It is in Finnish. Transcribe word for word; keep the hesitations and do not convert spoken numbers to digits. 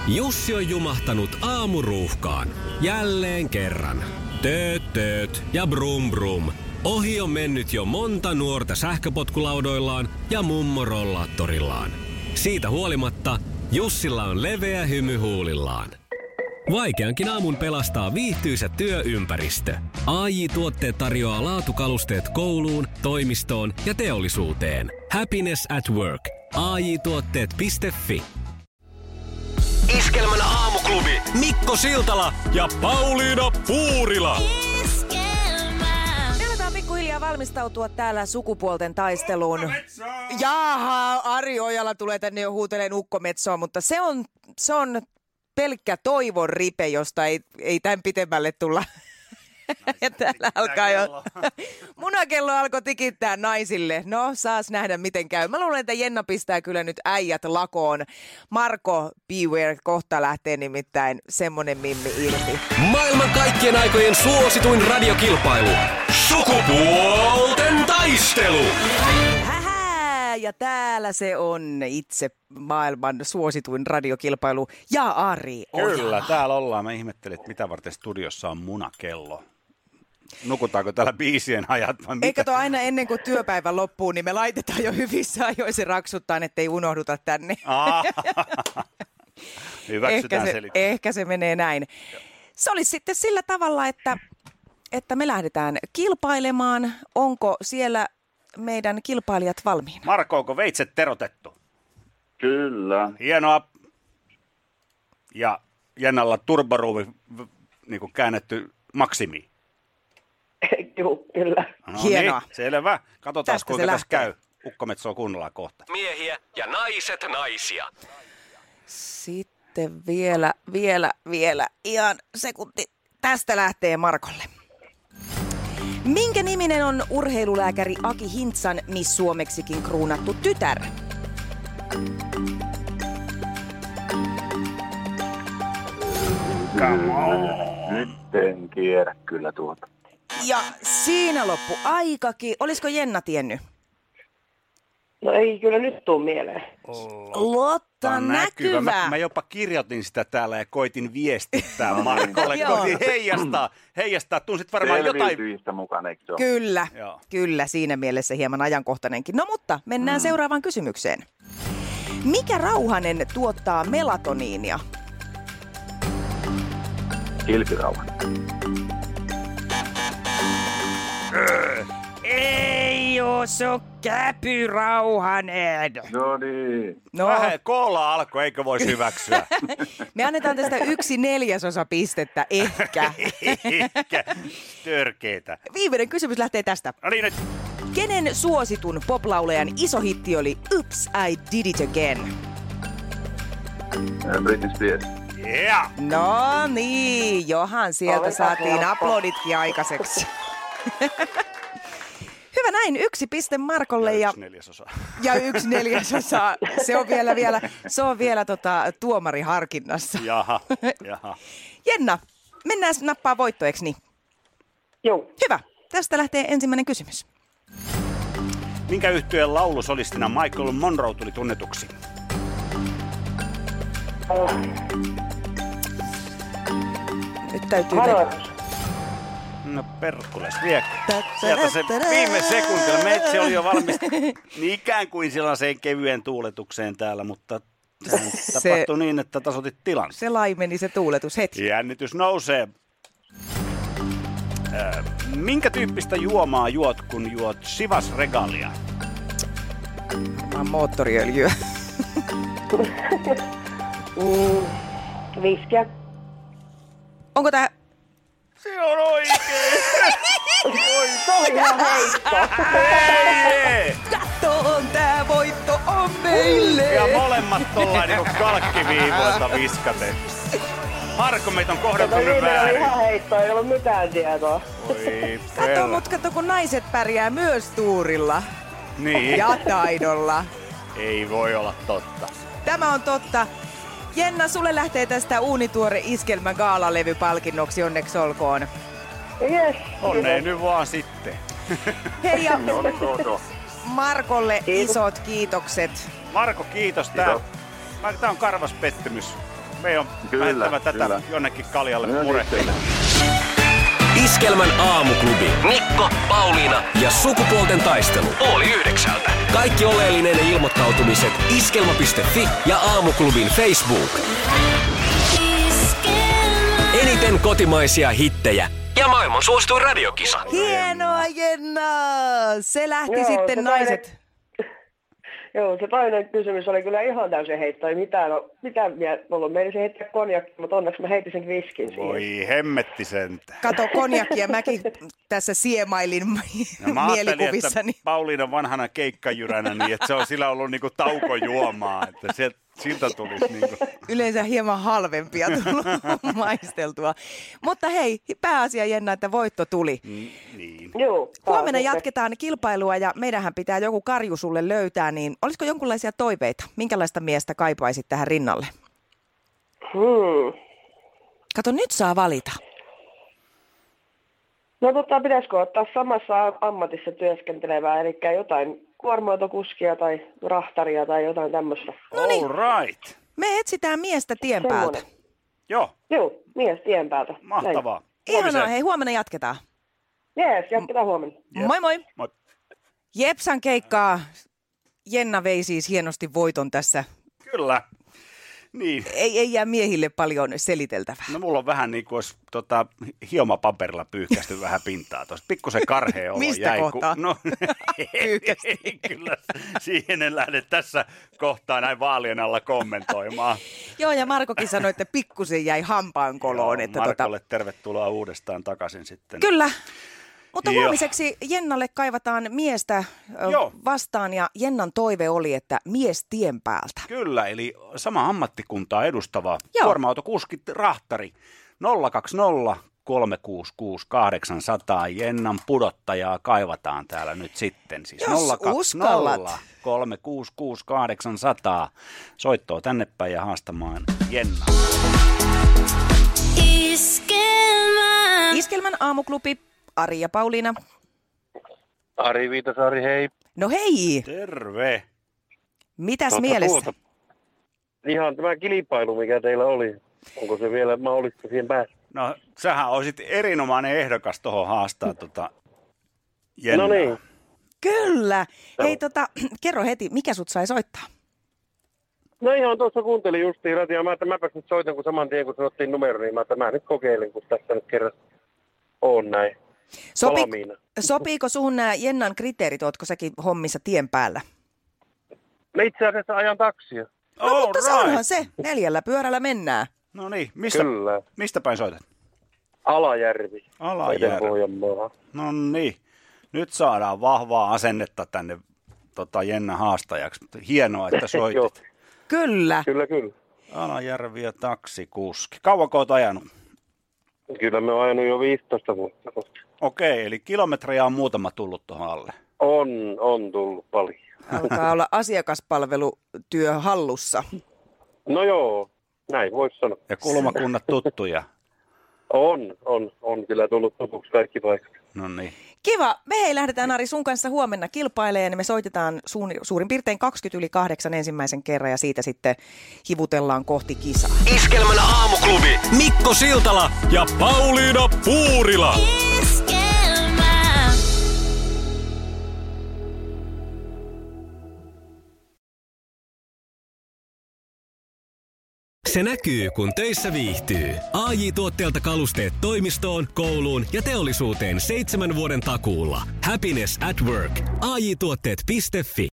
Jussi on jumahtanut aamuruuhkaan. Jälleen kerran. Tööt, tööt ja brum brum. Ohi on mennyt jo monta nuorta sähköpotkulaudoillaan ja mummorollaattorillaan. Siitä huolimatta Jussilla on leveä hymy huulillaan. Vaikeankin aamun pelastaa viihtyisä työympäristö. A J-tuotteet tarjoaa laatukalusteet kouluun, toimistoon ja teollisuuteen. Happiness at work. A J tuotteet piste fi. Iskelmän aamuklubi Mikko Siltala ja Pauliina Puurila. Me aletaan pikkuhiljaa valmistautua täällä sukupuolten taisteluun. Jaha, Ari Ojala tulee tänne jo huuteleen ukkometsoa, mutta se on, se on pelkkä toivon ripe, josta ei, ei tämän pitemmälle tulla. Ja täällä alkaa jo. Munakello alkoi tikittää naisille. No, saas nähdä miten käy. Mä luulen, että Jenna pistää kyllä nyt äijät lakoon. Marko Beware kohta lähtee nimittäin semmonen mimmi irti. Maailman kaikkien aikojen suosituin radiokilpailu. Sukupuolten taistelu. Hähää, ja täällä se on itse maailman suosituin radiokilpailu. Ja Ari Ojala. Kyllä, täällä ollaan. Mä ihmettelin, että mitä varten studiossa on munakello. Nukutaanko täällä biisien ajat vai mitä? Eikä tuo aina ennen kuin työpäivä loppuu, niin me laitetaan jo hyvissä ajoin se raksuttaan, ettei unohduta tänne. Hyväksytään ehkä, se, selitys. ehkä se menee näin. Se olisi sitten sillä tavalla, että, että me lähdetään kilpailemaan. Onko siellä meidän kilpailijat valmiina? Marko, onko veitset terotettu? Kyllä. Hienoa. Ja Jennalla turboruuvi niin kuin käännetty maksimiin. Joo, kyllä. No Hienoa. Niin, selvä. Katsotaan, Tästä kuinka se tässä lähtee. käy. Ukkometsoa kuunnellaan kohta. Miehiä ja naiset naisia. Sitten vielä, vielä, vielä. Ihan sekunti. Tästä lähtee Markolle. Minkä niminen on urheilulääkäri Aki Hintsan Miss Suomeksikin kruunattu tytär? Nyt en tiedä kyllä tuota. Ja siinä loppu aikakin. Olisiko Jenna tiennyt? No ei kyllä nyt tuu mieleen. Lotta näkyvä. Mä, mä jopa kirjoitin sitä täällä ja koitin viestittää Markolle. Joo. Koitin heijastaa, heijastaa. Tunsit varmaan jotain. Selviytyjistä mukana, eikö se ole? Kyllä, Joo. kyllä. Siinä mielessä hieman ajankohtainenkin. No mutta mennään mm. seuraavaan kysymykseen. Mikä rauhanen tuottaa melatoniinia? Kilpirauha. Ei oo, se on käpyrauhanen. No niin. No, Vähän koola alkoi, eikö voisi hyväksyä? me annetaan tästä yksi neljäsosa pistettä, ehkä. Eikä. Törkeetä. Viimeinen kysymys lähtee tästä. No niin, nyt. Kenen suositun poplaulajan iso hitti oli Oops, I Did It Again? Britney Spears. Yeah. No niin, johan sieltä Oli saatiin helppo. aploditkin aikaiseksi. Hyvä näin, yksi piste Markolle ja, Yksi neljäsosa. ja yksi neljäsosa. Se on vielä, vielä, se on vielä tota, tuomariharkinnassa. Jaha, jaha. Jenna, mennään nappaa voittoeksi niin. Joo. Hyvä, tästä lähtee ensimmäinen kysymys. Minkä yhtyeen laulusolistina Michael Monroe tuli tunnetuksi? Oh. Nyt täytyy... Harjoitus. No perkules, viekö? Sieltä se viime sekuntilla. Metsi oli jo valmis niin ikään kuin sellaiseen kevyen tuuletukseen täällä, mutta sehän Se- tapahtui niin, että tasoitit tilan. Se laimeni se tuuletus heti. Jännitys nousee. Äh, minkä tyyppistä juomaa juot, kun juot Chivas Regalia? Vaan moottoriöljyä. Mm. Viskiä. Onko tää... Se on oikein! Se oli ihan heitto. Ei! Kattoon, tää voitto on meille! Ja molemmat tollaan niinku kalkkiviivoilta viskaten. Marko, meitä on kohdattu Kato, nyt viime oli väärin. ihan heitto, ei ollut mitään tietoa. Oi, Kato, perä. mut kato, kun naiset pärjää myös tuurilla Niin, ja taidolla. ei voi olla totta. Tämä on totta. Jenna, sulle lähtee tästä uunituore Iskelmä Gaalalevypalkinnoksi, onneksi olkoon. Yes. Onneen nyt vaan sitten. Hei ja No, no, no. Markolle Kiitos. isot kiitokset. Marko, kiitos. Tää, Kiitos. tää on karvas pettymys. Me on lähettävä tätä kyllä. jonnekin kaljalle murehtelemaan. Iskelmän aamuklubi. Mikko, Pauliina ja sukupuolten taistelu. Oli yhdeksältä. Kaikki oleellinen ilmoittautumiset iskelma piste fi ja aamuklubin Facebook. Iskelma. Eniten kotimaisia hittejä ja maailman suosituin radiokisa. Hienoa, Jenna! Se lähti Joo, sitten se naiset. Toinen, joo, se toinen kysymys oli kyllä ihan täysin heitto. Ei mitään, no, mitään ollut. Meidän heittää konjakki, mutta onneksi mä heitin sen viskin siihen. Voi hemmetti sentään. Kato konjakkia, mäkin tässä siemailin no, mä mielikuvissani. että Pauliina vanhana keikkajyränä, niin että se on sillä ollut niinku taukojuomaa, että sieltä, siltä tulisi niinku. Yleensä hieman halvempia tullut maisteltua. Mutta hei, pääasia Jenna, että voitto tuli. Mm, niin. Joo, Huomenna taas, jatketaan kilpailua ja meidänhän pitää joku karju sulle löytää, niin olisiko jonkunlaisia toiveita? Minkälaista miestä kaipaisit tähän rinnalle? Hmm. Kato, nyt saa valita. No tota, pitäisikö ottaa samassa ammatissa työskentelevää, eli jotain kuorma-autokuskia tai rahtaria tai jotain tämmöistä. Noniin. All right. Me etsitään miestä tien päältä. Semmoinen. Joo, Joo, mies tien päältä. mahtavaa. Ihanaa, hei huomenna jatketaan. Jees, jatketaan huomenna. Jep. Moi moi. Moi. Jepsan keikkaa. Jenna vei siis hienosti voiton tässä. Kyllä. Niin. Ei, ei jää miehille paljon seliteltävää. No mulla on vähän niin kuin olisi tota, hiomapaperilla pyyhkästy vähän pintaa tuossa. Pikkusen karhea olo Mistä jäi. kohtaa? Ku... No, ei, kyllä siihen en lähde tässä kohtaa näin vaalien alla kommentoimaan. Joo, ja Markokin sanoi, että pikkusen jäi hampaankoloon. Joo, että Markolle tota... tervetuloa uudestaan takaisin sitten. Kyllä. Mutta Joo. huomiseksi Jennalle kaivataan miestä ö, Joo. vastaan ja Jennan toive oli, että mies tien päältä. Kyllä, eli sama ammattikuntaa edustava Joo. kuorma-autokuski rahtari nolla kaksi nolla kolme kuusi kuusi kahdeksan nolla nolla. Jennan pudottajaa kaivataan täällä nyt sitten. Siis Jos nolla kaksi uskallat. nolla kolme kuusi kuusi kahdeksan nolla nolla. Soittoa tänne päin ja haastamaan Jenna. Iskelmä. Iskelmän aamuklubi, Ari ja Pauliina. Ari Viitasaari, hei. No hei, Terve. mitäs Tuota, mielessä? tuota. Ihan tämä kilpailu, mikä teillä oli. Onko se vielä mahdollista siihen päästä? No, sähän olisit erinomainen ehdokas tuohon haastaa tota Jennaa. No niin. Kyllä. Joo. Hei tota, kerro heti, mikä sut sai soittaa? No ihan tuossa kuuntelin justiin radiaa. Mä, että mäpäs nyt soitan, kun saman tien kun sanottiin numero, niin mä, että mä nyt kokeilen, kun tässä nyt kerran on näin. Sopi, Valmiina. sopiiko suhun nämä Jennan kriteerit, ootko säkin hommissa tien päällä? Mä itse asiassa ajan taksia. No All mutta se right. onhan se, neljällä pyörällä mennään. No niin, mistä, Kyllä. mistä päin soitat? Alajärvi. Alajärvi. Pohjanmaa. No niin, nyt saadaan vahvaa asennetta tänne tota, Jenna haastajaksi. Hienoa, että Joo. soitit. Kyllä. Kyllä, kyllä. Alajärvi ja taksikuski. Kauanko oot ajanut? Kyllä me on ajanut jo viisitoista vuotta. Okei, eli kilometrejä on muutama tullut tuohon alle. On, on tullut paljon. Alkaa olla asiakaspalvelutyö hallussa. No joo, näin voisi sanoa. Ja kulmakunnat tuttuja. On, on, on kyllä tullut tutuksi kaikki paikat. No niin. Kiva. Me hei lähdetään Ari sun kanssa huomenna kilpailemaan ja me soitetaan suun, suurin piirtein kaksikymmentä yli kahdeksan ensimmäisen kerran ja siitä sitten hivutellaan kohti kisaa. Iskelmän aamuklubi. Mikko Siltala Ja Pauliina Puurila. Se näkyy, kun töissä viihtyy. A J-tuotteelta kalusteet toimistoon, kouluun ja teollisuuteen seitsemän vuoden takuulla. Happiness at work. A J tuotteet piste fi